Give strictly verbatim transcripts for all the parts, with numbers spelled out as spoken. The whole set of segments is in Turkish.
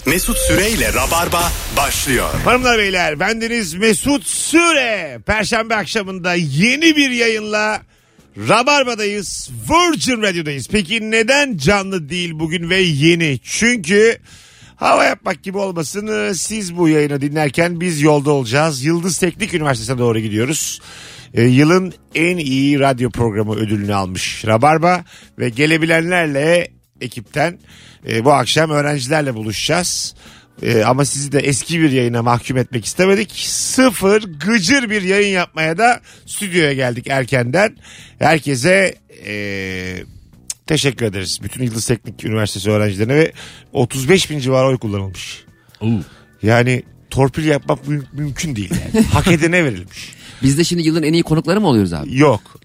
Mesut Süreyle Rabarba başlıyor. Hanımlar beyler, bendeniz Mesut Süre. Perşembe akşamında yeni bir yayınla Rabarba'dayız. Virgin Radio'dayız. Peki neden canlı değil bugün ve yeni? Çünkü hava yapmak gibi olmasın, siz bu yayını dinlerken biz yolda olacağız. Yıldız Teknik Üniversitesi'ne doğru gidiyoruz. Ee, yılın en iyi radyo programı ödülünü almış Rabarba ve gelebilenlerle ekipten e, bu akşam öğrencilerle buluşacağız. E, ama sizi de eski bir yayına mahkum etmek istemedik. Sıfır gıcır bir yayın yapmaya da stüdyoya geldik erkenden. Herkese e, teşekkür ederiz. Bütün Yıldız Teknik Üniversitesi öğrencilerine ve otuz beş bin civarı oy kullanılmış. Oo. Yani torpil yapmak mü- mümkün değil yani. Hak edene verilmiş. Biz de şimdi yılın en iyi konukları mı oluyoruz abi? Yok.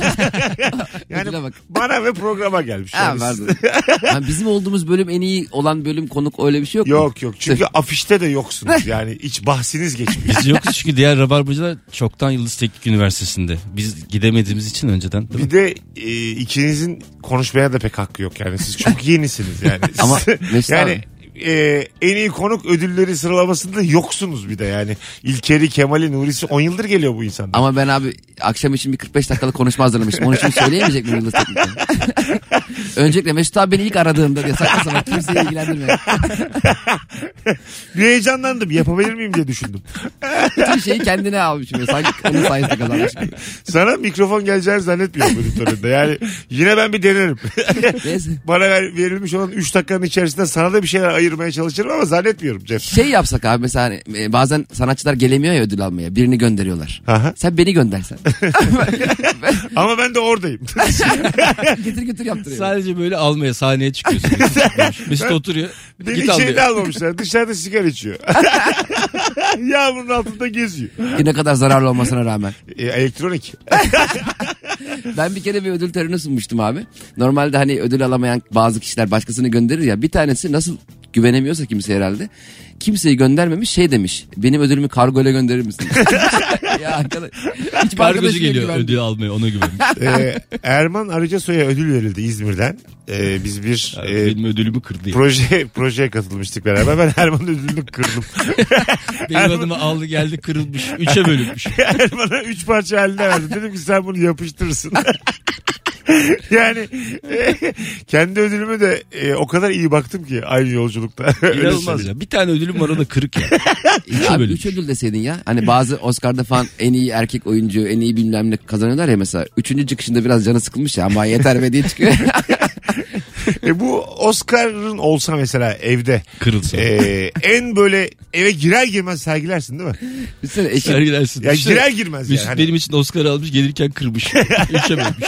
Yani bana ve programa gelmiş. Ha, yani bizim olduğumuz bölüm en iyi olan bölüm konuk, öyle bir şey yok mu? Yok yok. Çünkü afişte de yoksunuz. Yani hiç bahsiniz geçmiyor. Biz yokuz çünkü diğer Rabarbacılar çoktan Yıldız Teknik Üniversitesi'nde. Biz gidemediğimiz için önceden. Bir de e, ikinizin konuşmaya da pek hakkı yok yani. Siz çok yenisiniz yani. Ama yani Ee, en iyi konuk ödülleri sıralamasında yoksunuz bir de yani. İlker'i, Kemal'i, Nuri'si on yıldır geliyor bu insanlar. Ama ben abi akşam için bir kırk beş dakikalık konuşma hazırlamıştım. Onun için söyleyemeyecek miyim Yıldız Teknik'ten? Öncelikle Mesut abi beni ilk aradığımda diye saklı sabah kimseyi ilgilendirmiyor. Bir heyecanlandım, yapabilir miyim diye düşündüm. Bütün şeyi kendine almışım. Sanki onun sayesinde kazanmış gibi. Sana mikrofon geleceğini zannetmiyorum editöründe. Yani yine ben bir denerim. Bana ver, verilmiş olan üç dakikanın içerisinde sana da bir şeyler ayırmaya çalışırım ama zannetmiyorum Cem. Şey yapsak abi mesela hani, bazen sanatçılar gelemiyor ya ödül almaya. Birini gönderiyorlar. Aha. Sen beni göndersen. Ama ben de oradayım. Getir götür yaptırıyor. Sadece böyle almaya, sahneye çıkıyorsun. Mesut oturuyor. Beni içeride almamışlar. Dışarıda sigara içiyor. Yağmurun altında geziyor. Ne kadar zararlı olmasına rağmen. E, elektronik. Ben bir kere bir ödül törenine sunmuştum abi. Normalde hani ödül alamayan bazı kişiler başkasını gönderir ya. Bir tanesi nasıl güvenemiyorsa kimse herhalde. Kimseyi göndermemiş, şey demiş. Benim ödülümü kargoyla gönderir misin? Ya arkadaş. Kargocu geliyor ödül almaya, ona güvenmiş. Ee, Erman Arıcasoy'a ödül verildi İzmir'den. Ee, biz bir yani e, benim ödülümü kırdı. Proje projeye katılmıştık beraber. Ben Erman'ın ödülünü kırdım. Benim Erman... adımı aldı geldi kırılmış. Üçe bölünmüş. Erman'a üç parça haline verdim. Dedim ki sen bunu yapıştırırsın. Yani e, kendi ödülüme de e, o kadar iyi baktım ki aynı yolculukta. İnanılmaz ya. Bir tane ödülüm var, o da kırık ya. Üçe abi, üç ödül deseydin ya. Hani bazı Oscar'da falan en iyi erkek oyuncu, en iyi bilmem ne kazanıyorlar ya mesela. Üçüncü çıkışında biraz canı sıkılmış ya ama yeter be diye çıkıyor. E bu Oscar'ın olsa mesela evde. Kırılsa. E, en böyle eve girer girmez sergilersin değil mi? Mesela eşim, sergilersin. Ya işte, girer girmez Mesut yani. Benim için Oscar almış, gelirken kırmış. Üçe bölmüş.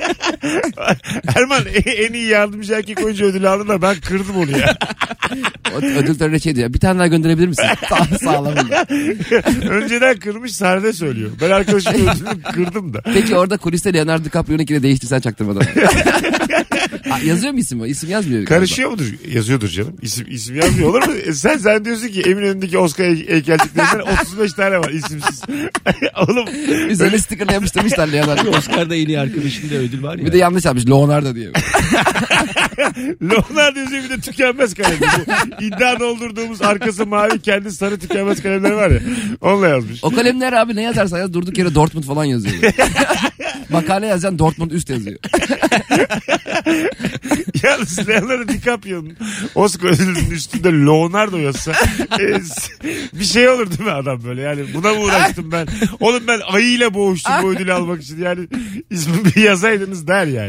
Erman en iyi yardımcı erkek oyuncu ödülü aldı da ben kırdım onu ya. Ödül töreni şey diyor. Bir tane daha gönderebilir misin? Sağ, sağlam. Önceden kırmış, sahnede söylüyor. Ben arkadaşımın ödülünü kırdım da. Peki orada kuliste Leonardo DiCaprio'nunkini değiştirsen çaktırmadan. Yazıyor mu isim o? İsim yazmıyor. Karışıyor galiba. Mudur? Yazıyordur canım. İsim, isim yazmıyor olur mu? E sen sen diyorsun ki Eminönü'ndeki Oscar heykelciklerinden otuz beş tane var isimsiz. Oğlum. Üzerine öyle... sticker'la yapıştırmışlar Leonardo. Oscar'da en iyi arkadaşında ödül var ya. Bir de yanlış yapmış. Leonardo diye. Leonardo yazıyor, bir de tükenmez kalem. İddia doldurduğumuz arkası mavi, kendi sarı tükenmez kalemler var ya. Onunla yazmış. O kalemler abi ne yazarsa yaz durduk yere Dortmund falan yazıyor. Makale yazacaksın, Dortmund üst yazıyor. Yalnız Leonardo DiCaprio'nun Oscar ödülünün üstünde Leonardo yazsa e, bir şey olur değil mi adam böyle, yani buna mı uğraştım ben? Oğlum ben ayıyla boğuştum bu ödülü almak için, yani ismini bir yazaydınız der yani.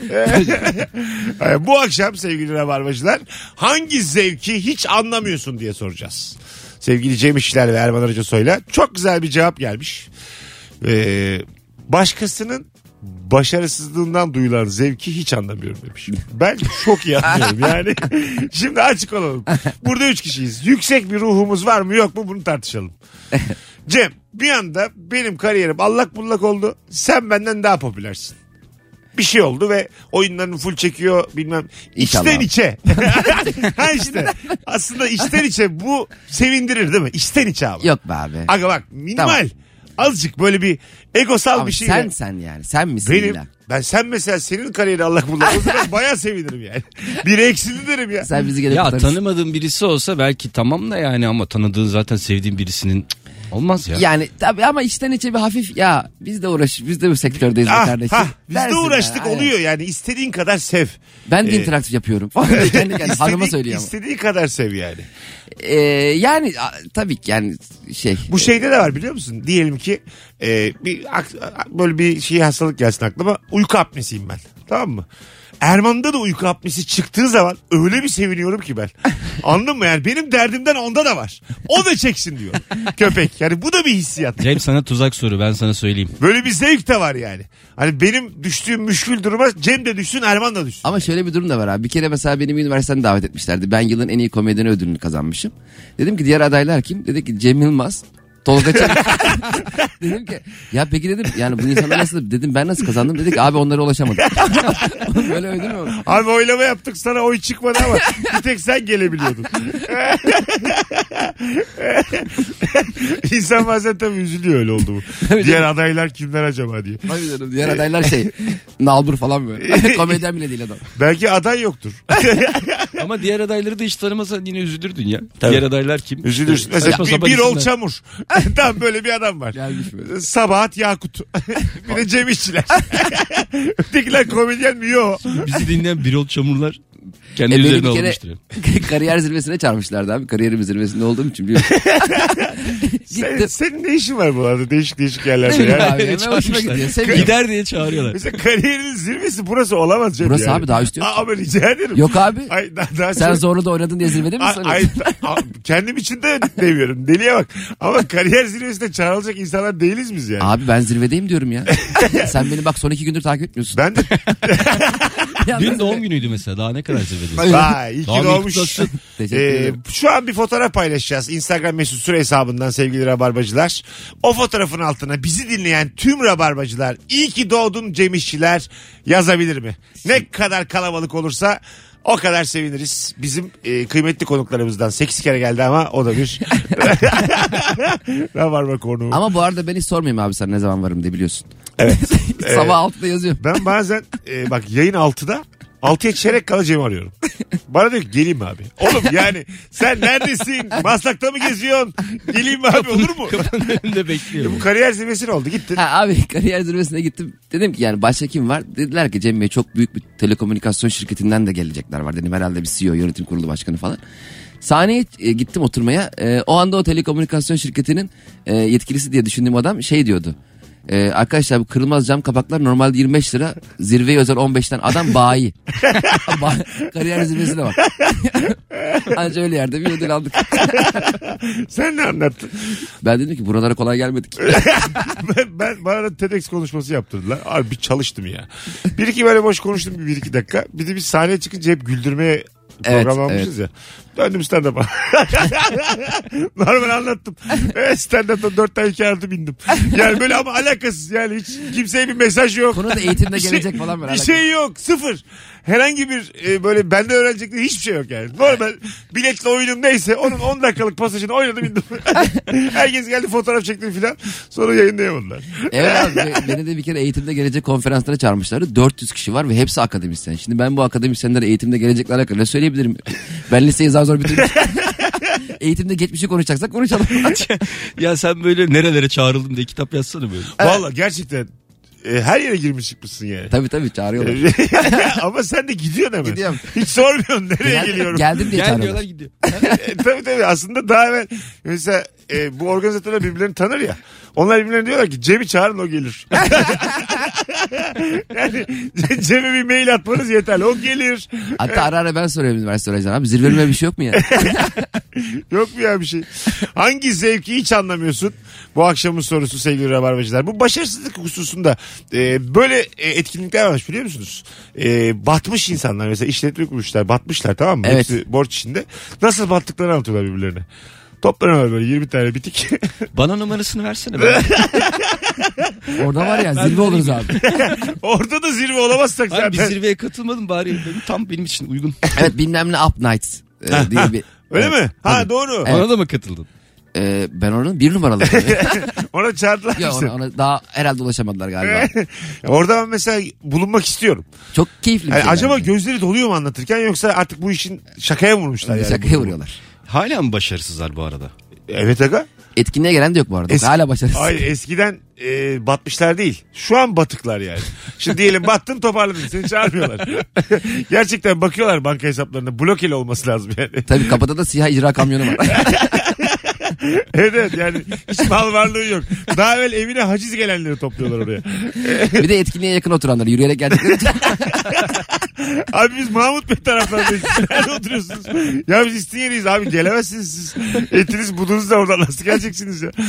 Bu akşam sevgili Rabarbacılar, hangi zevki hiç anlamıyorsun diye soracağız. Sevgili Cem İşçiler ve Erman Arıcasoy'la çok güzel bir cevap gelmiş. Ee, başkasının başarısızlığından duyulan zevki hiç anlamıyorum demiş. Ben çok iyi anlıyorum yani. Şimdi açık olalım. Burada üç kişiyiz. Yüksek bir ruhumuz var mı yok mu, bunu tartışalım. Cem, bir anda benim kariyerim allak bullak oldu. Sen benden daha popülersin. Bir şey oldu ve oyunlarını full çekiyor bilmem. İnşallah. İçten içe. Ha işte. Aslında içten içe bu sevindirir değil mi? İçten içe abi. Yok be abi. Aga bak minimal. Tamam. Azıcık böyle bir egosal Ama bir şey. sen sen yani. Sen misin Benim illa? ben sen mesela senin kariyeri Allah kullanır. O zaman bayağı sevinirim yani. Biri eksildi derim ya. Sen bizi gene Ya kurtarırsın. tanımadığın birisi olsa belki tamam da yani ama tanıdığın zaten sevdiğin birisinin olmaz ya. Yani tabii ama içten içe bir hafif ya biz de uğraş biz de bu sektördeyiz be Ah, kardeşim. ha, biz de Dersin uğraştık yani, aynen. oluyor yani istediğin kadar sev. Ben de Ee, interaktif yapıyorum. kendi kendi hanıma İstediği- söylüyor ama. İstediği kadar sev yani. Ee, yani a, tabii ki yani şey. Bu şeyde de var biliyor musun? Diyelim ki e, bir ak- böyle bir şey hastalık gelsin aklıma. Uyku apnesiyim ben. Tamam mı? Erman'da da uyku apnesi çıktığı zaman öyle bir seviniyorum ki ben. Anladın mı? Yani benim derdimden onda da var. O da çeksin diyor. Köpek. Yani bu da bir hissiyat. Cem sana tuzak soru, ben sana söyleyeyim. Böyle bir zevk de var yani. Hani benim düştüğüm müşkül duruma Cem de düşsün, Erman da düşsün. Ama şöyle bir durum da var abi. Bir kere mesela benim üniversiteden davet etmişlerdi. Ben yılın en iyi komedyeni ödülünü kazanmışım. Dedim ki diğer adaylar kim? Dedi ki Cem Yılmaz, Tolga Çevik. Dedim ki ya peki dedim yani bu insanlar nasıl, dedim ben nasıl kazandım? Dedi ki abi onlara ulaşamadım. Oğlum böyle ödül mü olur? Abi oylama yaptık sana oy çıkmadı ama bir tek sen gelebiliyordun. İnsan bazen tabii üzülüyor öyle oldu mu. Diğer adaylar kimler acaba diye. Tabii canım, diğer adaylar şey nalbur falan böyle. Komedyen bile değil adam. Belki aday yoktur. Ama diğer adayları da hiç tanımasan yine üzülürdün ya. Tabii. Diğer adaylar kim? Üzülürsün. İşte Mesela saçma bir, sapan bir ol isimler. çamur. Tam böyle bir adam var. Gelmiş böyle. Sabahat Yakut. Bir de Cem İşçiler. Ötekiler komedyen mi? Yok. Bizi dinleyen Birol Çamurlar kendi E beni üzerine bir kere almıştır. kariyer zirvesine çağırmışlardı abi. Kariyerim zirvesinde olduğum için biliyorum. Sen, Gittim. senin ne işin var bu arada? Değişik değişik yerlerde Ne bileyim ya. abi, hemen hoşuma Çağırmışlar. gidiyor. Seviyorum. Gider diye çağırıyorlar. Mesela kariyerinin zirvesi burası olamaz Cem Burası yani. abi, daha üstü yok. Aa, ama rica ederim. Yok abi. Ay, daha, daha Sen çok- zorla da oynadın diye zirvede mi Ay, sanıyorsun? ay, a- kendim için de demiyorum. Deliye bak. Ama kariyer zirvesine çağrılacak insanlar değiliz biz yani. Abi ben zirvedeyim diyorum ya. Sen beni bak son iki gündür takip etmiyorsun. Ben de Ya Dün nasıl- doğum günüydü mesela. Daha ne kadar zirvedeyiz. vay iyi ki Daha bir doğmuş. kutlasın. Teşekkür Ee, ederim. şu an bir fotoğraf paylaşacağız. Instagram mesut süre hesabından sevgili rabarbacılar. O fotoğrafın altına bizi dinleyen tüm rabarbacılar iyi ki doğdun Cem İşçiler yazabilir mi? Ne kadar kalabalık olursa o kadar seviniriz. Bizim e, kıymetli konuklarımızdan sekiz kere geldi ama o da bir rabarba konuğu. Ama bu arada ben hiç sormayayım abi sen ne zaman varım diye biliyorsun. Evet. Sabah altıda yazıyorum. Ben bazen e, bak yayın altıda altıya çeyrek kala Cem'i arıyorum. Bana diyor ki geleyim mi abi? Oğlum yani sen neredesin? Maslak'ta mı geziyorsun? Geleyim mi abi olur mu? Kapının önünde E, bekliyorum. bu kariyer zirvesi ne oldu? Gittin. Ha abi kariyer zirvesine gittim. Dedim ki yani başka kim var? Dediler ki Cem Bey çok büyük bir telekomünikasyon şirketinden de gelecekler var. Dedim herhalde bir C E O, yönetim kurulu başkanı falan. Sahneye e, gittim oturmaya. E, o anda o telekomünikasyon şirketinin e, yetkilisi diye düşündüğüm adam şey diyordu. E, arkadaşlar bu kırılmaz cam kapaklar normalde yirmi beş lira. Zirveye özel on beşten adam bayi. Ba- Kariyer zirvesine bak. Anca öyle yerde bir ödül aldık. Sen ne anlattın? Ben dedim ki buralara kolay gelmedik. ben, ben bana da TEDx konuşması yaptırdılar. Abi bir çalıştım ya. Bir iki böyle boş konuştum bir, bir iki dakika. Bir de biz sahneye çıkınca hep güldürmeye Evet, program almışız ya. Döndüm stand-up'a. Normal anlattım. Evet, stand-up'ta dört tane iki artı bindim. Yani böyle ama alakasız yani hiç kimseye bir mesaj yok. Konu da eğitimde Bir şey- gelecek falan böyle. Bir şey yok sıfır. Herhangi bir e, böyle benden öğrenecekleri hiçbir şey yok yani. Normal biletle oyunum neyse onun on dakikalık pasajını oynadım indim. Herkes geldi fotoğraf çekti filan. Sonra yayınlayamadılar. Evet abi be- beni de bir kere eğitimde gelecek konferanslara çağırmışlardı. dört yüz kişi var ve hepsi akademisyen. Şimdi ben bu akademisyenlere eğitimde gelecekle alakalı ne söyleyebilirim? Ben liseyi zar zor bitirdim. Eğitimde geçmişi konuşacaksak konuşalım. Ya sen böyle nerelere çağrıldın diye kitap yazsana böyle. Valla gerçekten e, her yere girmiş çıkmışsın yani. tabii tabii çağırıyorlar. Ama sen de gidiyorsun hemen. Gidiyorum. Hiç sormuyorsun nereye Gel- geliyorum. Geldim diye Gel diyorlar çağırıyorlar. gidiyor. E, tabii tabii aslında daha evvel mesela e, bu organizatörler birbirlerini tanır ya. Onlar birbirlerine diyorlar ki Cem'i çağırın o gelir. Yani Cem'e bir mail atmanız yeterli o gelir. Hatta ara ara ben soruyorum üniversite öğrencilerine. Abi zirvelime bir şey yok mu ya? Yok mu ya bir şey? Hangi zevki hiç anlamıyorsun? Bu akşamın sorusu sevgili rabarbacılar. Bu başarısızlık hususunda e, böyle e, etkinlikler varmış biliyor musunuz? E, batmış insanlar mesela işletme kuruluşlar batmışlar tamam mı? Evet. Hepsi borç içinde. Nasıl battıklarını anlatıyorlar birbirlerine. Toplanıyorlar böyle yirmi tane bitik. Bana numarasını versene. Ben. Orada var ya zirve oluruz abi. Orada da zirve olamazsak Abi bir zaten. zirveye katılmadım bari. Benim, tam benim için uygun. Evet bilmem ne up nights e, diye bir. Öyle Evet, mi? Ha tabii. doğru. Evet. Ona da mı katıldın? Ee, ben onun bir numaralı. Ona çağırdılar Ya mısın? ona, ona daha herhalde ulaşamadılar galiba. Orada ben mesela bulunmak istiyorum. Çok keyifli bir Yani şey. acaba bence. gözleri doluyor mu anlatırken yoksa artık bu işin şakaya mı vurmuşlar yani? Şakaya vuruyorlar. Hala mı başarısızlar bu arada? Evet aga. Etkinliğe gelen de yok bu arada. Eski- Hala başarısız. Hayır eskiden e, batmışlar değil. Şu an batıklar yani. Şimdi diyelim battın toparladın seni çağırmıyorlar. Gerçekten bakıyorlar banka hesaplarına blokeli olması lazım yani. Tabii kapıda da siyah icra kamyonu var. Evet evet yani hiç mal varlığı yok. Daha evvel evine haciz gelenleri topluyorlar oraya. Bir de etkinliğe yakın oturanlar yürüyerek geldikleri için. Abi biz Mahmut Bey taraflarındayız. Siz nerede oturuyorsunuz? Ya biz İstinye'liyiz abi gelemezsiniz siz. Etiniz budunuz da oradan nasıl geleceksiniz ya?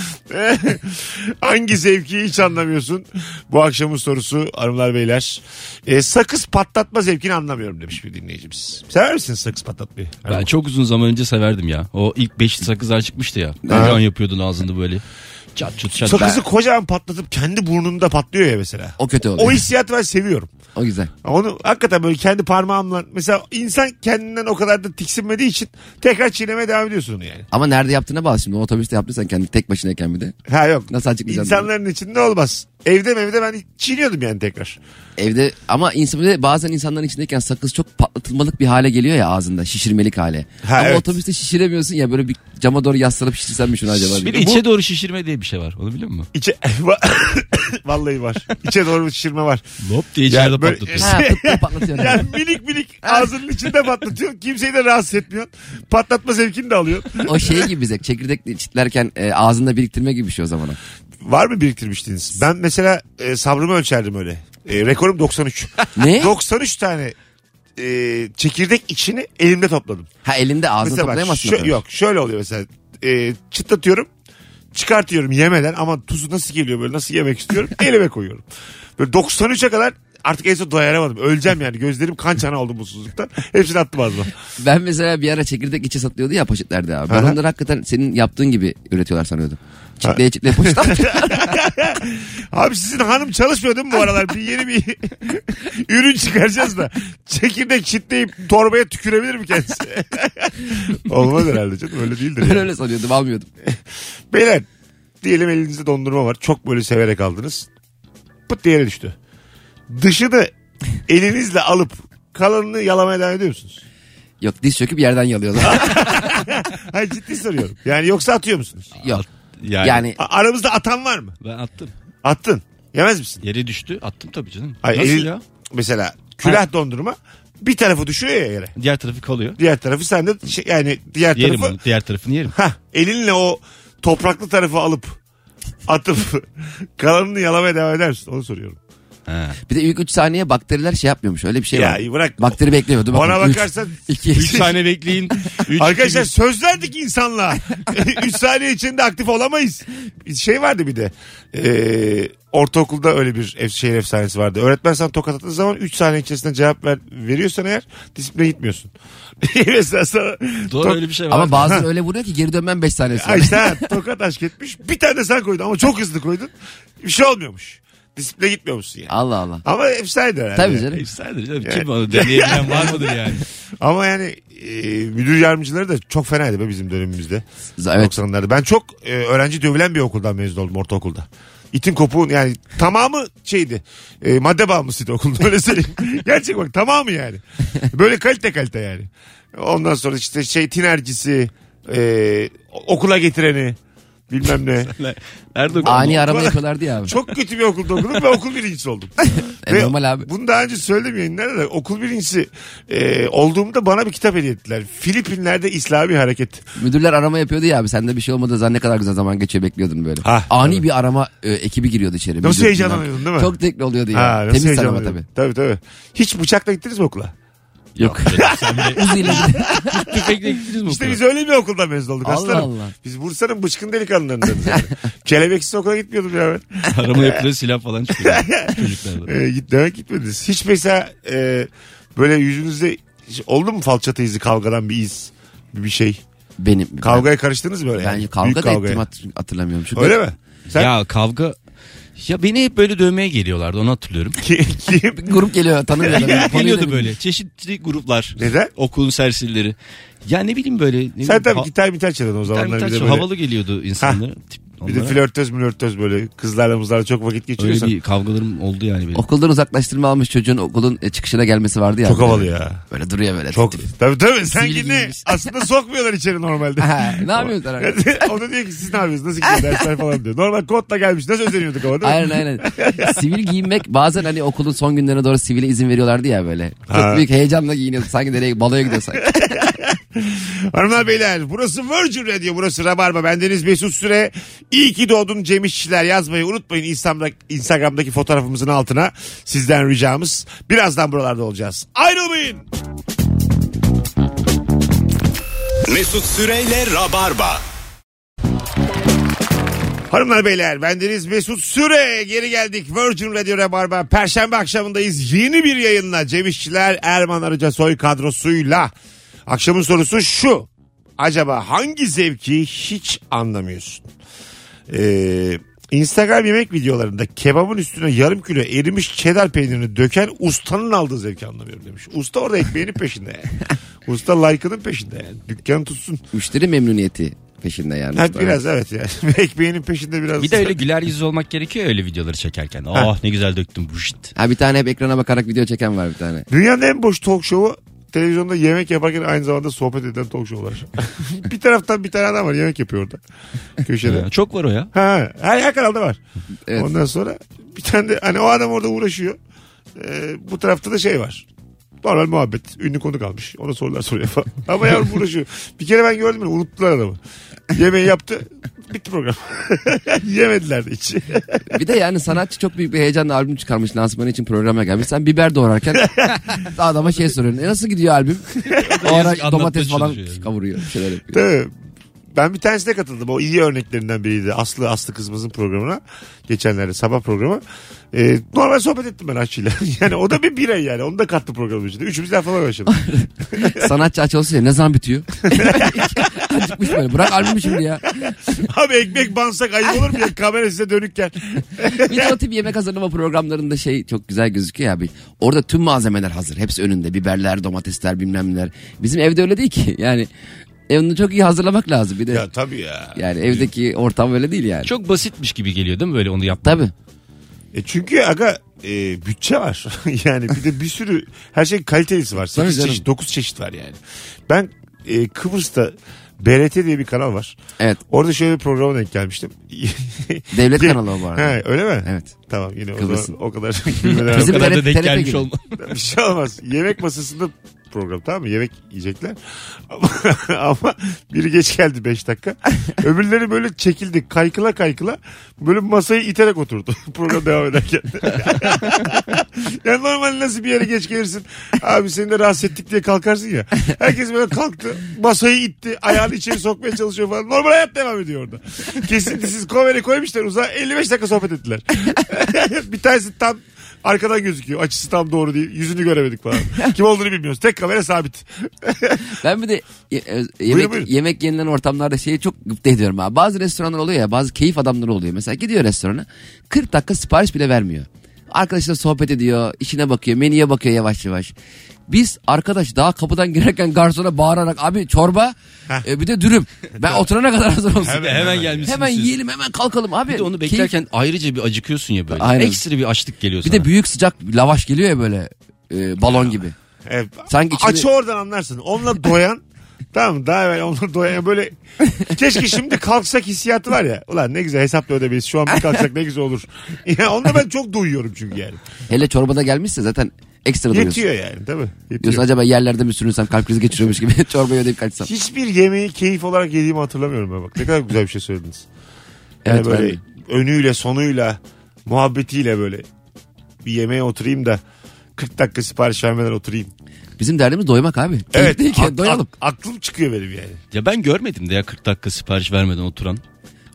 Hangi zevki hiç anlamıyorsun? Bu akşamın sorusu hanımlar beyler. E, sakız patlatma zevkini anlamıyorum demiş bir dinleyicimiz. Sever misiniz sakız patlatmayı? Ben çok uzun zaman önce severdim ya. O ilk beş sakızlar çıkmıştı ya. Kocaman yapıyordun ağzında böyle. Çat çut çat. Sakızı kocaman patlatıp kendi burnunda patlıyor ya mesela. O kötü oluyor. O hissiyatı ben seviyorum. O güzel. Onu hakikaten böyle kendi parmağımla mesela insan kendinden o kadar da tiksinmediği için tekrar çiğnemeye devam ediyorsun onu yani. Ama nerede yaptığına bağlı şimdi. Otobüste yaptıysan kendi tek başınayken bir de. Ha yok. Nasıl açıklayacaksın? İnsanların içinde olmaz. Evde mi evde ben çiğniyordum yani tekrar. Evde ama insan, bir de bazen insanların içindeyken sakız çok patlatılmalık bir hale geliyor ya ağzında. Şişirmelik hale. Ha, ama evet. otobüste şişiremiyorsun ya, böyle bir cama doğru yaslanıp şişirsen mi şunu acaba? Bir de içe doğru şişirme diye bir şey var. Onu biliyor musun? İçe... Vallahi var. İçe doğru bir şişirme var. Lop diye içeride Yani böyle- patlatıyorsun. Ha, pıt pıt patlatıyorsun. Yani minik minik ağzının içinde patlatıyor. Kimseyi de rahatsız etmiyorsun. Patlatma zevkini de alıyorsun. O şey gibi bize çekirdek çitlerken e, ağzında biriktirme gibi bir şey o zaman. Var mı biriktirmiştiniz? Ben mesela e, sabrımı ölçerdim öyle. E, rekorum doksan üç. Ne? doksan üç tane e, çekirdek içini elimde topladım. Ha, elinde ağzını Mesela bak, toplayamazsın. şö- o kadar. yok şöyle oluyor mesela. E, çıtlatıyorum. Çıkartıyorum yemeden ama tuzu nasıl geliyor böyle nasıl yemek istiyorum elime koyuyorum. Böyle doksan üçe kadar artık en son dayanamadım. Öleceğim yani gözlerim kan çana oldu mutsuzluktan. Hepsini attım ağzıma. Ben mesela bir ara çekirdek içi satılıyordu ya poşetlerde abi. Ben Aha. onları hakikaten senin yaptığın gibi üretiyorlar sanıyordum. Çitleye çitleye poşet Abi sizin hanım çalışmıyor değil mi bu aralar? Bir yeni bir ürün çıkaracağız da. Çekirdek çitleyip torbaya tükürebilir mi kendisi? Olmaz herhalde canım öyle değildir. Ben Yani. öyle sanıyordum, almıyordum. Beyler diyelim elinizde dondurma var. Çok böyle severek aldınız. Pıt diye yere düştü. Dışını elinizle alıp kalanını yalamaya devam ediyor musunuz? Yok, diz çöküp yerden yalıyorlar. Hayır ciddi soruyorum. Yani yoksa atıyor musunuz? Yok. Yani, Yani A- aramızda atan var mı? ben attım. Attın. Yemez misin? Yere düştü. Attım tabii canım. Hayır, Nasıl elin- ya? Mesela külah dondurma bir tarafı düşüyor ya yere. Diğer tarafı kalıyor. Diğer tarafı sen de şey, yani diğer Yerim tarafı onu. Diğer tarafını yerim. ha elinle o topraklı tarafı alıp atıp kalanını yalamaya devam eder misin? Onu soruyorum. Ha. bir de ilk üç saniye bakteriler şey yapmıyormuş. Öyle bir şey Ya var. bırak. Bakteri bekliyordu. Ona bakarsan iki, Üç saniye bekleyin. Üç, arkadaşlar söz verdik insanlığa. üç saniye içinde aktif olamayız. Şey vardı bir de. E, ortaokulda öyle bir ef- şehir efsanesi vardı. Öğretmen sana tokat attığı zaman üç saniye içerisinde cevap ver, veriyorsan eğer disipline gitmiyorsun. Mesela sana Doğru tok- öyle bir şey var. Ama bazen öyle vuruyor ki geri dönmem beş saniye sonra. Ha işte ha, tokat aşk etmiş. Bir tane de sen koydun ama çok hızlı koydun. Bir şey olmuyormuş. Disipline gitmiyormuşsun yani. Allah Allah. Ama efsaneydi herhalde. Tabii canım. Efsanedir canım. Yani- Kim onu deneyebilen var mıdır yani? Ama yani e, müdür yardımcıları da çok fenaydı be bizim dönemimizde. Evet. doksanlarda. Ben çok e, öğrenci dövülen bir okuldan mezun oldum ortaokulda. İtin kopuğun yani tamamı şeydi. E, madde bağımlısıydı okulda öyle söyleyeyim. Gerçek bak tamamı yani. Böyle kalite kalite yani. Ondan sonra işte şey tinercisi, e, okula getireni bilmem ne. Nerede okudun? Ani arama Bana- yapıyorlardı ya abi. Çok kötü bir okulda okudum ve okul birincisi oldum. E, Ve normal abi. Bunu daha önce söyledim yayınlarda da okul birincisi e, olduğumda bana bir kitap hediye ettiler. Filipinler'de İslami Hareket. Müdürler arama yapıyordu ya abi. Sende bir şey olmadığı zaman ne kadar güzel zaman geçiyor bekliyordun böyle. Ha, Ani tabii. bir arama e, ekibi giriyordu içeri. Nasıl Müdür heyecanlanıyordun falan. değil mi? Çok zevkli oluyordu ya. Ha, nasıl Temiz arama heyecanlanıyordun? tabii. Tabii tabii. Hiç bıçakla gittiniz mi okula? Yok. Sen de Uziyle gidip- tüfekle gittiniz mi İşte okula? biz öyle bir okulda mezun olduk Allah aslanım. Allah. Biz Bursa'nın bıçkın delikanlılarındanız yani. Kelebeksiz okula gitmiyordum ya ben. Arama yapılıyor silah falan çıkıyor. Çocuklarda. E, git, demek gitmediniz. Hiç mesela e, böyle yüzünüzde hiç oldu mu falçata izi kavgadan bir iz bir şey? Benim. Kavgaya karıştınız mı öyle? Ben yani? kavga Büyük da kavgaya. ettim hat- hatırlamıyorum. Çünkü Öyle mi? Sen Ya kavga Ya beni hep böyle dövmeye geliyorlardı, onu hatırlıyorum. Kim? Kim? Bir grup geliyor tanımıyorlar. Geliyordu böyle çeşitli gruplar. Neden? Okulun serserileri. Ya ne bileyim böyle. Ne Sen bileyim, tabii ha- gitar gitar çalıyordun o gitar zamanlar. mitar Bir de çalıyor. böyle, Havalı geliyordu insanlara. Tip- bir de onlara. flörtöz mülörtöz böyle kızlarla mızlarla çok vakit Öyle geçiriyorsan. bir kavgalarım oldu yani benim. Okuldan uzaklaştırma almış çocuğun okulun e, çıkışına gelmesi vardı ya. Çok Böyle. havalı ya. Böyle duruyor böyle. Çok. Tabii tabii. Sanki Sivil ne? giyinmiş. Aslında sokmuyorlar içeri normalde. Ha, ne yapıyorsun sen abi? O da diyor ki siz ne yapıyorsunuz? Nasıl gidiyor dersler falan diyor. Normal kotla gelmiş. Nasıl özeniyorduk ama değil mi? Aynen aynen. Sivil giyinmek bazen hani okulun son günlerine doğru sivile izin veriyorlardı ya böyle. Çok Ha. büyük heyecanla giyiniyordu. Sanki nereye baloya gidiyor sanki. Hanımlar beyler burası Virgin Radio, burası Rabarba. Bendeniz Mesut Süre. İyi ki doğdun Cem İşçiler yazmayı unutmayın Instagram'daki, Instagram'daki fotoğrafımızın altına. Sizden ricamız. Birazdan buralarda olacağız. Ayrılmayın. Mesut Süreyle Rabarba. Hanımlar beyler bendeniz Mesut Süre, geri geldik Virgin Radio Rabarba. Perşembe akşamındayız yeni bir yayınla Cem İşçiler, Erman Arıcasoy kadrosuyla. Akşamın sorusu şu: acaba hangi zevki hiç anlamıyorsun? Ee, Instagram yemek videolarında kebabın üstüne yarım kilo erimiş cheddar peynirini döken ustanın aldığı zevki anlamıyorum demiş. Usta orada ekmeğinin peşinde yani. Usta like'ının peşinde yani. Dükkan tutsun. Müşteri memnuniyeti peşinde yani. Ha, biraz evet yani. Ekmeğinin peşinde biraz. Bir de öyle güler yüzlü olmak gerekiyor öyle videoları çekerken. Oh ne güzel döktüm. Buşt. Ha bir tane hep ekrana bakarak video çeken var bir tane. Dünyanın en boş talk show'u televizyonda yemek yaparken aynı zamanda sohbet eden talk show'lar. Bir taraftan bir tane adam var yemek yapıyor orada. Köşede. Ya, çok var o ya. Ha, her, her kanalda var. Evet. Ondan sonra bir tane de hani o adam orada uğraşıyor. Ee, bu tarafta da şey var. Normal muhabbet. Ünlü konuk almış. Ona sorular soruyor falan. Ama yavrum uğraşıyor. Bir kere ben gördüm onu. Unuttular adamı. Yemeği yaptı. Bitti program. Yemediler de hiç. Bir de yani sanatçı çok büyük bir heyecanla albüm çıkarmış, lansmanı için programa gelmiş. Sen biber doğrarken adama şey soruyorsun. E nasıl gidiyor albüm? O ara Yazık, domates anlatmaya falan çalışıyor yani. kavuruyor. Bir şeyler yapıyor. Değil mi? Ben bir tanesine katıldım. O iyi örneklerinden biriydi. Aslı Aslı kızımızın programına. Geçenlerde sabah programı. Ee, normal sohbet ettim ben aşçıyla. Yani o da bir birey yani. Onu da kattı programın içinde. Üçümüz laf falan başladık. Sanatçı aç olsa ya ne zaman bitiyor? Acıkmış böyle. Bırak albümü şimdi ya. Abi ekmek bansak ayıp olur mu ya? Kamera size dönükken. Bir de o tip yemek hazırlama programlarında şey çok güzel gözüküyor abi. Orada tüm malzemeler hazır. Hepsi önünde. Biberler, domatesler, bilmem neler. Bizim evde öyle değil ki. Yani evini çok iyi hazırlamak lazım. Bir de Ya tabii ya. yani evdeki ortam öyle değil yani. Çok basitmiş gibi geliyor değil mi böyle onu yapmak? Tabii. E çünkü aga e, bütçe var. Yani bir de bir sürü her şey kalitelisi var. Tabii sekiz canım. çeşit dokuz çeşit var yani. Ben e, Kıbrıs'ta B R T diye bir kanal var. Evet. Orada şöyle bir programa denk gelmiştim. Devlet kanalı o bu arada. He, öyle mi? Evet. Tamam yine o, Kıbrıs'ın. zaman, o kadar bilmeden Bizim O kadar T R da denk T R T gelmiş gibi. olma. bir şey olmaz. Yemek masasında program tamam mı? Yemek yiyecekler. Ama, ama biri geç geldi beş dakika. Öbürleri böyle çekildi kaykıla kaykıla. Böyle masayı iterek oturdu. Program devam ederken. Yani normal nasıl bir yere geç gelirsin. Abi seni de rahatsız ettik diye kalkarsın ya. Herkes böyle kalktı. Masayı itti. Ayağını içeri sokmaya çalışıyor falan. Normal hayat devam ediyor orada. Kesintisiz komedi koymuşlar uzağa. elli beş dakika sohbet ettiler. Bir tanesi tam arkadan gözüküyor. Açısı tam doğru değil. Yüzünü göremedik falan. Kim olduğunu bilmiyoruz. Tek kamera sabit. Ben bir de ye- e, yemek, buyurun. yemek yenilen ortamlarda şeyi çok gıpta ediyorum abi. Bazı restoranlar oluyor ya, bazı keyif adamları oluyor. Mesela gidiyor restorana, kırk dakika sipariş bile vermiyor. Arkadaşlar sohbet ediyor, işine bakıyor, menüye bakıyor yavaş yavaş. Biz arkadaş daha kapıdan girerken garsona bağırarak abi çorba e, bir de dürüm. Ben oturana kadar hazır olsun. Hemen, hemen gelmişsiniz Hemen siz. yiyelim, hemen kalkalım abi. Bir de onu Keyif- beklerken ayrıca bir acıkıyorsun ya böyle. Aynen. Ekstra bir açlık geliyor bir sana. de büyük sıcak lavaş geliyor ya böyle e, balon gibi. Evet. Sanki içinde- Açı oradan anlarsın. Onunla doyan tamam mı? Daha evvel onunla doyan böyle keşke şimdi kalksak hissiyatı var ya. Ulan ne güzel hesapla ödemeyiz. Şu an bir kalksak ne güzel olur. Ya onu da ben çok duyuyorum çünkü yani. Hele çorbada gelmişse zaten ekstra duruyorsun. Yetiyor yani tabii. Yetiyor. Diyorsun acaba yerlerde mi sürünsem kalp krizi geçiriyormuş gibi çorbayı ödeyip kaçsam. Hiçbir yemeği keyif olarak yediğimi hatırlamıyorum ben bak. Ne kadar güzel bir şey söylediniz. Yani Evet, böyle ben de. önüyle sonuyla muhabbetiyle böyle bir yemeğe oturayım da kırk dakika sipariş vermeden oturayım. Bizim derdimiz doymak abi. Evet. Keyifliyken ak- doyalım. ak- aklım çıkıyor benim yani. Ya ben görmedim de ya kırk dakika sipariş vermeden oturan.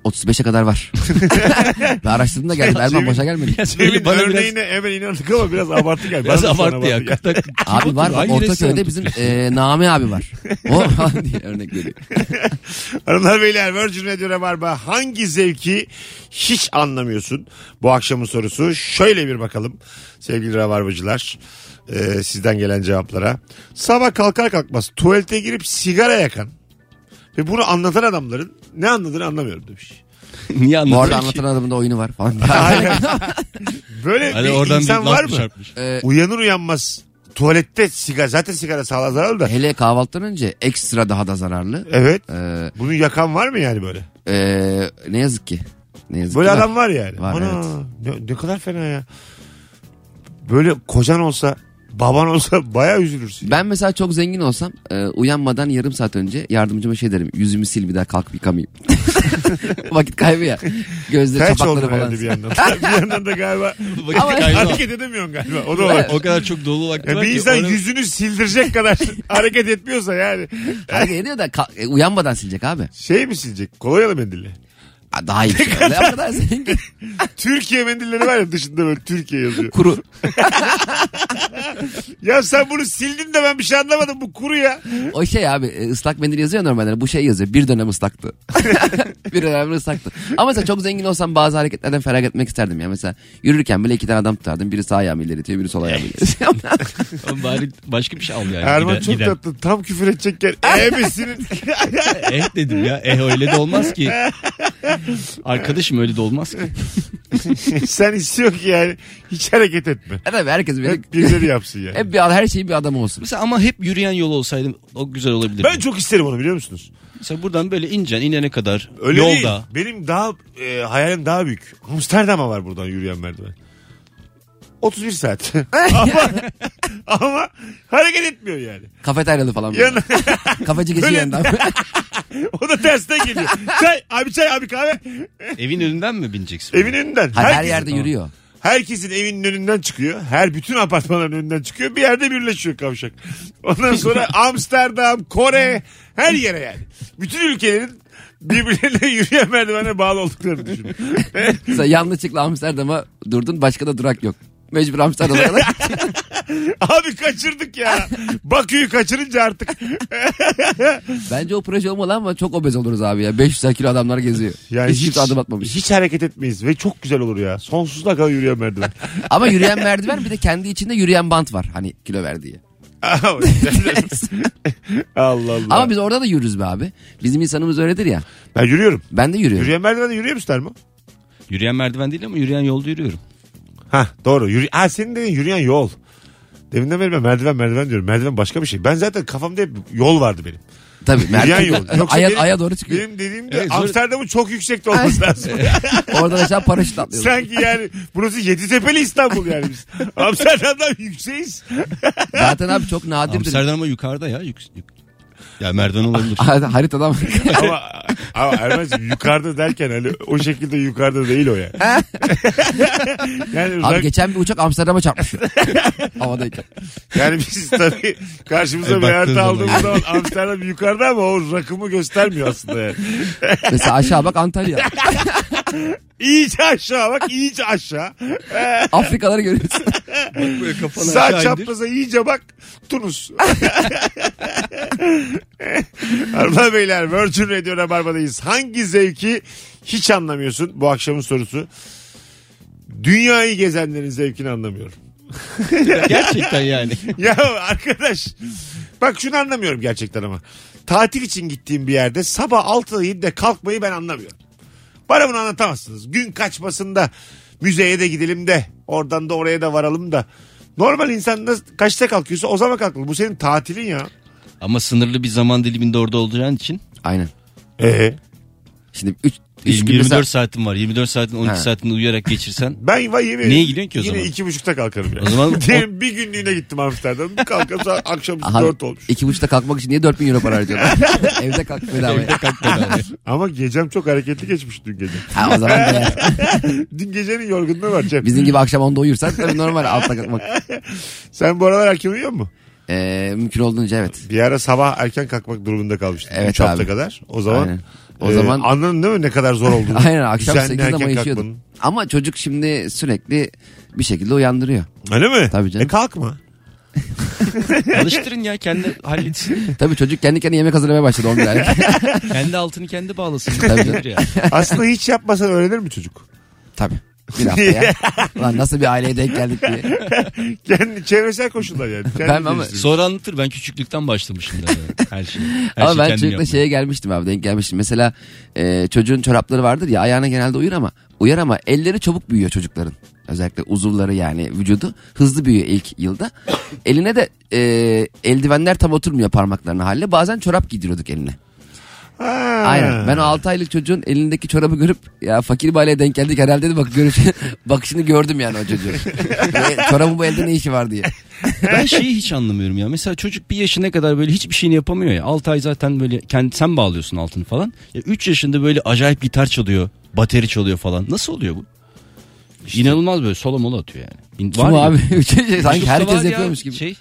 otuz beşe kadar var. Ben araştırdım da geldim. Erman boşa gelmedi. Biraz böyle Senin bana biraz, örneğine hemen inandık ama biraz abartı geldi. biraz Bana da sonra abarttı ya. geldi. kırk dakika- Abi var bak Hangi Ortaköy'de restoran bizim e, Nami abi var. O diye örnek veriyor. Hanımlar beyler, Virgin Radio Rabarba, hangi zevki hiç anlamıyorsun? Bu akşamın sorusu. Şöyle bir bakalım sevgili Rabarbacılar. Ee, sizden gelen cevaplara. Sabah kalkar kalkmaz tuvalete girip sigara yakan ve bunu anlatan adamların ne anladığını anlamıyorum demiş. Niye Bu anladın arada ki? anlatan adamın da oyunu var falan. Hayır. Böyle Hani bir oradan insan bir var laf mı? çarpmış. Ee, Uyanır uyanmaz tuvalette sigara, zaten sigara sağlığa zararlı da. hele kahvaltıdan önce ekstra daha da zararlı. Evet. Ee, Bunu yakan var mı yani böyle? e, ne yazık ki. Ne yazık Böyle ki var. adam var yani. Var, Ana, evet. ne, ne kadar fena ya. Böyle kocan olsa, baban olsa bayağı üzülürsün. Ben mesela çok zengin olsam e, uyanmadan yarım saat önce yardımcıma şey derim. Yüzümü sil bir daha kalk yıkamayayım. Vakit kaybı ya. Gözleri Felç çapakları oldum falan. herhalde bir yandan. bir yandan da galiba Vakit Ama- kaybı var. hareket edemiyorsun galiba. O da var. O kadar çok dolu vakti Ya var bir ki insan onu- yüzünü sildirecek kadar hareket etmiyorsa yani. Hareket ediyor da ka- e, uyanmadan silecek abi. Şey mi silecek? Kolonyalı mendille. Ha, daha iyi bir şey. Ne kadar zengin. Türkiye mendilleri var ya, dışında böyle Türkiye yazıyor. Kuru. Ya sen bunu sildin de ben bir şey anlamadım, bu kuru ya. O şey abi e, ıslak mendil yazıyor normalde. Bu şey yazıyor. Bir dönem ıslaktı. Bir dönem ıslaktı. Ama mesela çok zengin olsam bazı hareketlerden feragat etmek isterdim ya. Mesela yürürken bile iki tane adam tutardım. Biri sağ ayağımı ileri itiyor, biri sol ayağımı ileri itiyor. Ama bari başka bir şey al yani. Erman Giden- çok giden. tatlı. Tam küfür edecekken ebesinin. Eh dedim ya. Eh öyle de olmaz ki. Arkadaşım öyle de olmaz ki. Sen istiyor ki yani hiç hareket etme. E tabii herkes böyle Hep birileri yapsın yani. hep bir her şeyin bir adamı olsun. Mesela ama hep yürüyen yol olsaydı o güzel olabilirdi. Ben çok isterim onu, biliyor musunuz? Mesela buradan böyle ineceksin inene kadar Öyle yolda. değil. Benim daha e, hayalim daha büyük. Amsterdam'a var buradan yürüyen merdiven. otuz bir saat. ama, ama hareket etmiyor yani. Kafeteryalı falan. böyle. Yanına, Kafeci geçiyor Böyle- yanından. o da tersten geliyor. Çay, abi çay, abi kahve. Evin önünden mi bineceksin? Evin önünden. Hayır, her Herkesin- yerde yürüyor. Herkesin evinin önünden çıkıyor. Her bütün apartmanların önünden çıkıyor. Bir yerde birleşiyor kavşak. Ondan sonra Amsterdam, Kore, her yere yani. Bütün ülkelerin birbirlerine yürüyen merdivene bağlı olduklarını düşün. Mesela yanlışlıkla Amsterdam'a durdun, başka da durak yok. Mecbur Amsterdam'a kadar. Abi kaçırdık ya. Bakü'yü kaçırınca artık. Bence o proje olmalı ama çok obez oluruz abi ya. beş yüz kilo adamlar geziyor. Yani hiç, hiç adım atmamış. Hiç hareket etmeyiz ve çok güzel olur ya. Sonsuza kadar yürüyen merdiven. Ama yürüyen merdiven bir de kendi içinde yürüyen bant var. Hani kilo verdiği. Allah Allah. Ama biz orada da yürürüz be abi. Bizim insanımız öyledir ya. Ben yürüyorum. Ben de yürüyorum. Yürüyen merdivende yürüyor musun Erman? Yürüyen merdiven değil ama yürüyen yolda yürüyorum. Ha doğru. Yürü... Ha, senin dediğin yürüyen yol. Deminden beri ben merdiven merdiven diyorum. Merdiven başka bir şey. Ben zaten kafamda hep yol vardı benim. Tabii. Yürüyen Merdiven, yol. Yoksa aya, benim, aya doğru çıkıyor. Benim dediğim de Evet, zor- Amsterdam'ın çok yüksekte olması lazım. Oradan aşağı paraşüt atlıyoruz. Sanki yani burası Yeditepe'li İstanbul yani biz. Amsterdam'dan yükseğiz. Zaten abi çok nadirdir. Amsterdam ama yukarıda ya. Yük, yük. Ya merdiven olabilir. Haritadan. ama, ama Erman'cığım yukarıda derken hani o şekilde yukarıda değil o yani. yani, Abi rak- geçen bir uçak Amsterdam'a çarpmış. Havadayken. yani biz tabii karşımıza E, bir harita baktığın aldığımız zaman. zaman Amsterdam yukarıda ama o rakımı göstermiyor aslında yani. Mesela aşağı bak Antalya. İyice aşağı bak, iyice aşağı. Afrikaları görüyorsun. Böyle kafanı Sağ aşağı indir. çapraza iyice bak, Tunus. Hanımlar beyler, Virgin Radio Rabarba'dayız. Hangi zevki hiç anlamıyorsun? Bu akşamın sorusu. Dünyayı gezenlerin zevkini anlamıyorum. Gerçekten yani. Ya arkadaş, bak şunu anlamıyorum gerçekten ama. Tatil için gittiğim bir yerde sabah altıda yedide kalkmayı ben anlamıyorum. Bana bunu anlatamazsınız. Gün kaçmasında müzeye de gidelim de oradan da oraya da varalım da. Normal insan da kaçta kalkıyorsa o zaman kalkmalı. Bu senin tatilin ya. Ama sınırlı bir zaman diliminde orada olacağın için Aynen. Ee, Şimdi üç, üç gün yirmi dört mesela... saatin var. yirmi dört saatin on iki Ha. saatini uyuyarak geçirsen. ben vay yemin Niye ederim, gidiyorsun ki o yine zaman? iki buçukta kalkarım ya. O zaman- Diyelim bir günlüğüne gittim Amsterdam'a. Bir kalkarım sonra akşam Aha, dört olmuş. iki buçukta kalkmak için niye dört bin euro para harcıyorsun? Evde kalk bedavaya. Evde kalk bedava. Ama gecem çok hareketli geçmiş dün gece. Ha, o zaman da ya. Dün gecenin yorgunluğu var Cem. Bizim gibi akşam onda uyursan tabii normal altta kalkmak. Sen bu aralar erken uyuyor musun? Ee, mümkün olduğunca evet. Bir ara sabah erken kalkmak durumunda kalmıştım. Evet üç hafta abi. kadar. O zaman Aynen. O Ee, zaman anladın değil mi ne kadar zor olduğunu? aynen akşam Düzenli sekizde erken mayışıyordum. kalkmanın. Ama çocuk şimdi sürekli bir şekilde uyandırıyor. Öyle mi? Tabii canım. E kalkma. Alıştırın ya, kendi halletsin. Tabii çocuk kendi kendine yemek hazırlamaya başladı on bir aylık. Kendi altını kendi bağlasın. Tabii. Nedir ya? Aslında hiç yapmasan öğrenir mi çocuk? Tabii. Bir haftaya. Lan nasıl bir aileye denk geldik diye. Kendi çevresel koşullar yani. Kendi Ben ama- geliştiriyor. Sonra anlatır, ben küçüklükten başlamışım da her şey. Her Ama şey ben kendim çocukla yapmaya. şeye gelmiştim abi, denk gelmiştim. Mesela e, çocuğun çorapları vardır ya, ayağına genelde uyur ama uyar ama elleri çabuk büyüyor çocukların. Özellikle uzuvları, yani vücudu hızlı büyüyor ilk yılda. Eline de e, eldivenler tam oturmuyor parmaklarına haline. Bazen çorap giydiriyorduk eline. Ha. Aynen. Ben o altı aylık çocuğun elindeki çorabı görüp ya fakir bir aileye denk geldik herhalde dedi, bak görüş bakışını gördüm yani o çocuğun. Ve çorabın bu elde ne işi var diye. Ben şeyi hiç anlamıyorum ya. Mesela çocuk bir yaşına kadar böyle hiçbir şeyini yapamıyor ya. altı ay zaten böyle kendi, sen bağlıyorsun altını falan. Ya üç yaşında böyle acayip gitar çalıyor, bateri çalıyor falan. Nasıl oluyor bu? İnanılmaz böyle solo mola atıyor yani. Kim o abi? Sanki Çocukta herkes var ya, yapıyormuş gibi. Şey,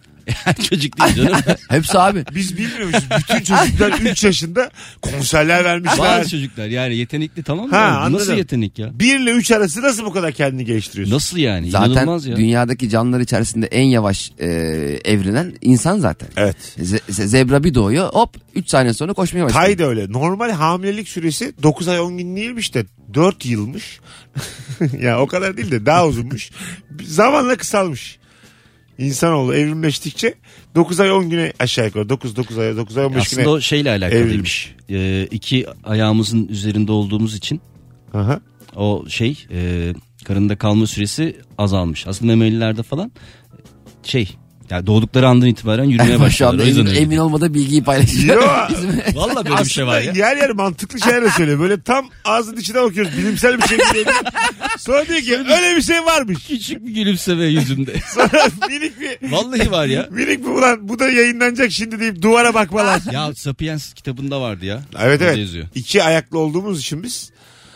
çocuk değil canım. Hepsi abi. Biz bilmiyormuşuz. Bütün çocuklar üç yaşında konserler vermişler. Bazı çocuklar yani yetenekli, tamam mı? Ha, Bu nasıl anladım. yetenek ya? bir ile üç arası nasıl bu kadar kendini geliştiriyorsun? Nasıl yani? Zaten İnanılmaz ya. dünyadaki canlılar içerisinde en yavaş e, evrenen insan zaten. Evet. Ze- ze- zebra bir doğuyor, hop üç saniye sonra koşmaya başlıyor. Tay da öyle. Normal hamilelik süresi dokuz ay on gün değilmiş de dört yılmış. Ya o kadar değil de daha uzunmuş. Zamanla kısalmış. İnsanoğlu evrimleştikçe dokuz ay on güne aşağı yukarı. dokuz dokuz ay dokuz ay on beş güne. Aslında o şeyle alakalıymış. evrilmiş. Ee, iki ayağımızın üzerinde olduğumuz için Aha. o şey e, karında kalma süresi azalmış. Aslında memelilerde falan şey, yani doğdukları andan itibaren yürümeye Şu başlıyorlar. anda O yüzden emin, öyle. emin olmadığı bilgiyi paylaşıyor. Yo. Vallahi böyle bir şey var ya. Aslında yer yer mantıklı şeyler de söylüyor. Böyle tam ağzının içine bakıyoruz. Bilimsel bir şekilde. Sonra diyor ki öyle bir şey varmış. Küçük bir gülümseme yüzümde. Sonra minik bir Vallahi var ya. minik bir ulan bu da yayınlanacak şimdi deyip duvara bakmalar. Ya Sapiens kitabında vardı ya. Evet Orada evet. yazıyor. İki ayaklı olduğumuz için biz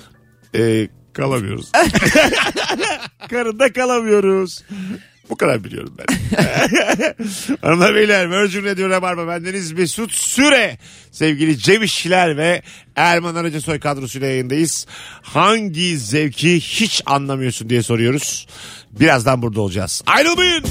e, kalamıyoruz. Karında kalamıyoruz. Bu kadar biliyorum ben. Hanımlar beyler, Virgin Radio Rabarba, bendeniz Mesut Süre, sevgili Cem İşçiler ve Erman Arıcasoy kadrosuyla yayındayız. Hangi zevki hiç anlamıyorsun diye soruyoruz. Birazdan burada olacağız. Ayrılmayın.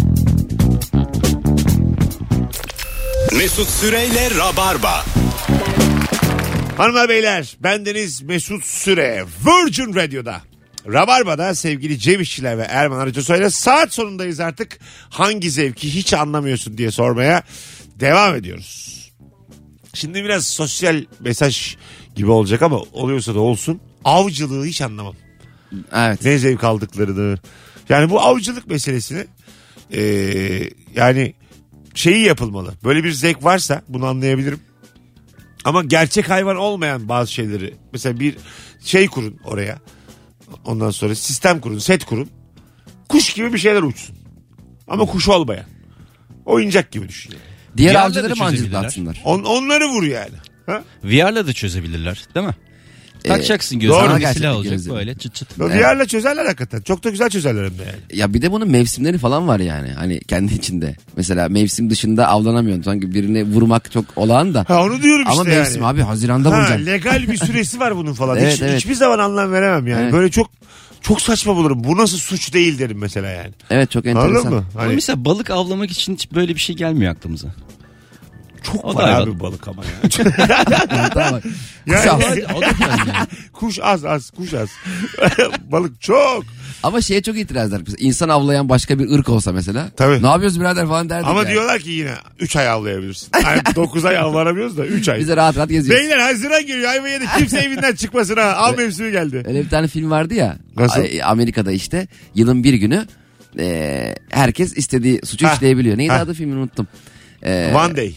Mesut Süreyle Rabarba. Hanımlar beyler, bendeniz Mesut Süre, Virgin Radio'da. Rabarba'da sevgili Cem İşçiler ve Erman Arıcasoy'la saat sonundayız artık. Hangi zevki hiç anlamıyorsun diye sormaya devam ediyoruz. Şimdi biraz sosyal mesaj gibi olacak ama oluyorsa da olsun. Avcılığı hiç anlamam. Evet. Ne zevk aldıklarını. Yani bu avcılık meselesini eee, yani şeyi yapılmalı. Böyle bir zevk varsa bunu anlayabilirim. Ama gerçek hayvan olmayan bazı şeyleri, mesela bir şey kurun oraya. Ondan sonra sistem kurun, set kurun. Kuş gibi bir şeyler uçsun. Ama kuş olmayan. Oyuncak gibi düşün. Yani. Diğer Bir avcıları anda da mancılıkla çözebilirler. atsınlar. On, onları vur yani. Ha? V R'la da çözebilirler değil mi? Ee, Takacaksın doğru. gözüne, bir Gerçekten silah olacak gözüne. böyle çıt çıt. Evet. V R'la çözerler hakikaten. Çok da güzel çözerler hem de yani. Ya bir de bunun mevsimleri falan var yani. Hani kendi içinde. Mesela mevsim dışında avlanamıyorsun. Sanki birini vurmak çok olağan da. Ha onu diyorum Ama işte yani. mevsim abi Haziranda Ha, vuracaksın. legal bir süresi var bunun falan. Evet, Hiç, evet. Hiçbir zaman anlam veremem yani. Evet. Böyle çok çok saçma bulurum. Bu nasıl suç değil derim mesela yani. Evet, çok Anladın enteresan. mı? Ama Hani mesela balık avlamak için hiç böyle bir şey gelmiyor aklımıza. çok O da var hayvan. abi balık ama ya. Tamam. Yani- Kuş av. O da güzel yani. Kuş az az kuş az. Balık çok. Ama şeye çok itiraz eder. Mesela İnsan avlayan başka bir ırk olsa mesela. Tabii. Ne yapıyoruz birader falan derdik Ama yani. diyorlar ki yine üç ay avlayabilirsin. Yani dokuz ay avlanamıyoruz da üç ay. Biz de rahat rahat geziyoruz. Beyler Haziran geliyor. Ayva yedi. Kimse evinden çıkmasın ha. Av mevsimi geldi. Öyle bir tane film vardı ya. Nasıl? A- Amerika'da işte yılın bir günü e, herkes istediği suçu Ha. işleyebiliyor. Neydi Ha. adı filmin, unuttum. E, One day.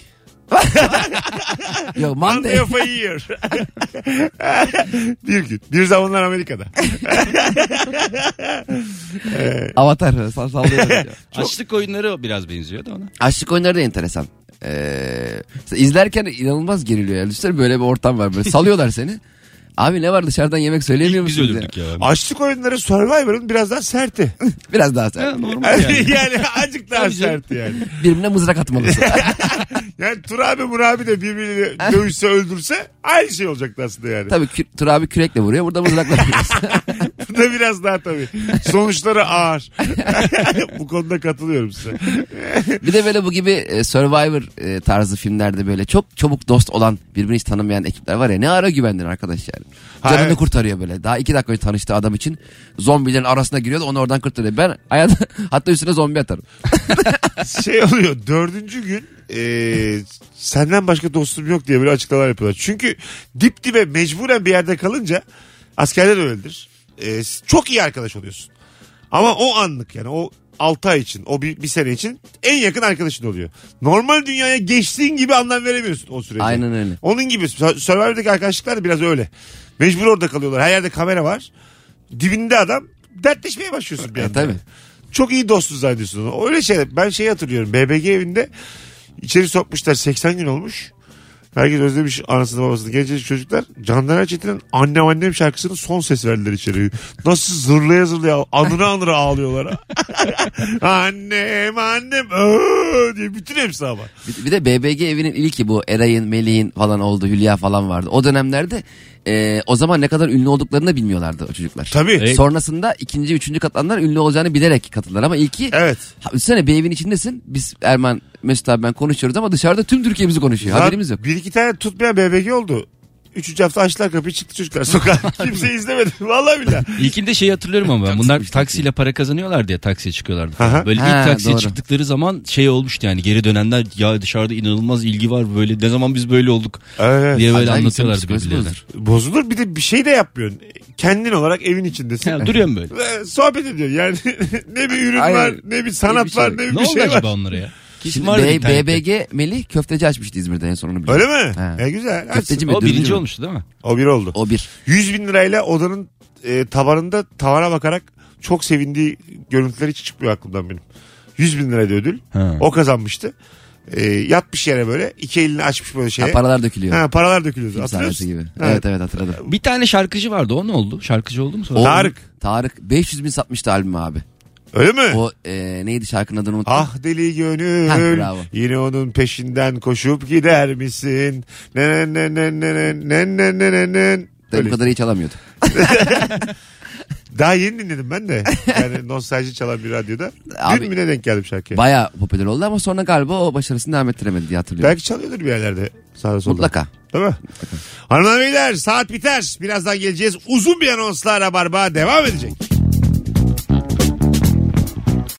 Yok, One Monday. day of a year. bir gün. Bir zamanlar Amerika'da. Avatar. Sall- sallıyor. Açlık oyunları biraz benziyor da ona. Açlık oyunları da enteresan. Ee, izlerken inanılmaz geriliyor. Yani. Düşünsene böyle bir ortam var. Böyle salıyorlar seni. Abi ne var dışarıdan yemek söyleyemiyor Biz musunuz? ölürdük ya. Açlık oyunları Survivor'ın biraz daha serti. Biraz daha Ya, sen. normal yani. yani azıcık daha Tabii canım. sert yani. Birbirine mızrak atmalısın. Yani Tur abi Mur abi de birbirini dövüşse öldürse aynı şey olacaktı aslında yani. Tabii kü- Tur abi kürekle vuruyor. Burada mızrakla vuruyoruz. Bu da biraz daha tabii. Sonuçları ağır. Bu konuda katılıyorum size. Bir de böyle bu gibi e, Survivor e, tarzı filmlerde böyle çok çabuk dost olan birbirini hiç tanımayan ekipler var ya. Ne ara güvendin arkadaş yani. Ha, Canını evet. kurtarıyor böyle. Daha iki dakika önce tanıştığı adam için zombilerin arasına giriyor da onu oradan kurtarıyor. Ben hayatta hatta üstüne zombi atarım. Şey oluyor dördüncü gün e, senden başka dostum yok diye böyle açıklamalar yapıyorlar. Çünkü dip dibe mecburen bir yerde kalınca askerde de öyledir. E, çok iyi arkadaş oluyorsun. Ama o anlık yani o altı ay için o bir, bir sene için en yakın arkadaşın oluyor. Normal dünyaya geçtiğin gibi anlam veremiyorsun o sürece. Aynen öyle. Onun gibi Survivor'daki arkadaşlıklar da biraz öyle. Mecbur orada kalıyorlar. Her yerde kamera var. Dibinde adam dertleşmeye başlıyorsun bir E, anda. tabii. Çok iyi dostuz zannediyorsun onu. Öyle şeyler. Ben şeyi hatırlıyorum. B B G evinde içeri sokmuşlar seksen gün olmuş. Herkes özlemiş anasını babasını. Genç çocuklar. Candan Erçetin'in Annem Annem şarkısının son ses verdiler içeri. Nasıl zırlaya zırlaya anıra anıra ağlıyorlar. Annem annem ööö diye bütün hepsi ama. Bir, bir de B B G evinin ilki bu Eray'ın, Melih'in falan oldu. Hülya falan vardı. O dönemlerde e, o zaman ne kadar ünlü olduklarını da bilmiyorlardı o çocuklar. Tabii. Evet. Sonrasında ikinci, üçüncü katılanlar ünlü olacağını bilerek katıldılar ama ilki Evet. ha, üstüne bir evin içindesin. Biz Erman, Mesut abi ben konuşuyoruz ama dışarıda tüm Türkiye bizi konuşuyor. Zaten Haberimiz yok. Bir iki tane tutmayan B B G oldu. Üçüncü hafta açtılar kapıyı çıktı çocuklar sokağa. Kimse izlemedi. Vallahi billahi. İlkinde şeyi hatırlıyorum ama ben. Çok Bunlar sıkmıştı. taksiyle para kazanıyorlar diye taksiye çıkıyorlardı. Aha. Böyle Ha, ilk taksiye doğru. çıktıkları zaman şey olmuştu yani geri dönenler ya dışarıda inanılmaz ilgi var böyle ne zaman biz böyle olduk Evet. diye böyle Acayip anlatıyorlardı psikolojisi birbirlerine. bozulur. Bozulur bir de bir şey de yapmıyorsun. Kendin olarak evin içindesin. Ya, duruyorum böyle. Ve sohbet ediyorsun. Yani ne bir ürün Aynen. var, ne bir sanat Bir şey var, yok. ne bir Ne bir oldu şey acaba var. onlara ya? Kesin Şimdi vardı B- internette. BBG Melih köfteci açmıştı İzmir'de en son onu biliyorum. Öyle mi? Ha. E güzel. Köfteci mi? O Dürümcü birinci mü? olmuştu değil mi? O bir oldu. O bir. yüz bin lirayla odanın e, tavanında tavana bakarak çok sevindiği görüntüler hiç çıkmıyor aklımdan benim. yüz bin liraydı ödül. Ha. O kazanmıştı. E, yatmış yere böyle. iki elini açmış böyle şeye. Ha, paralar dökülüyor. Ha, paralar dökülüyordu. Film Hatırlıyor sahnesi musun? gibi. Evet evet hatırladım. Bir tane şarkıcı vardı o ne oldu? Şarkıcı oldu mu sonra? O- Tarık. Tarık beş yüz bin satmıştı albümü abi. Öyle mi? O e, neydi şarkının adını unuttum. Ah deli gönül Ha, bravo. yine onun peşinden koşup gider misin? Ne ne ne ne ne ne ne ne ne ne. Tabii Öyle. bu kadar iyi çalamıyordu. Daha yeni dinledim ben de. Yani nostalji çalan bir radyoda. Abi- Dün mü ne denk geldim şarkıya? Baya popüler oldu ama sonra galiba o başarısını devam ettiremedi diye hatırlıyorum. Belki çalıyordur bir yerlerde sağda solda. Mutlaka. Değil mi? Hanımlar beyler saat biter. Birazdan geleceğiz. Uzun bir anonsla Rabarba devam edecek.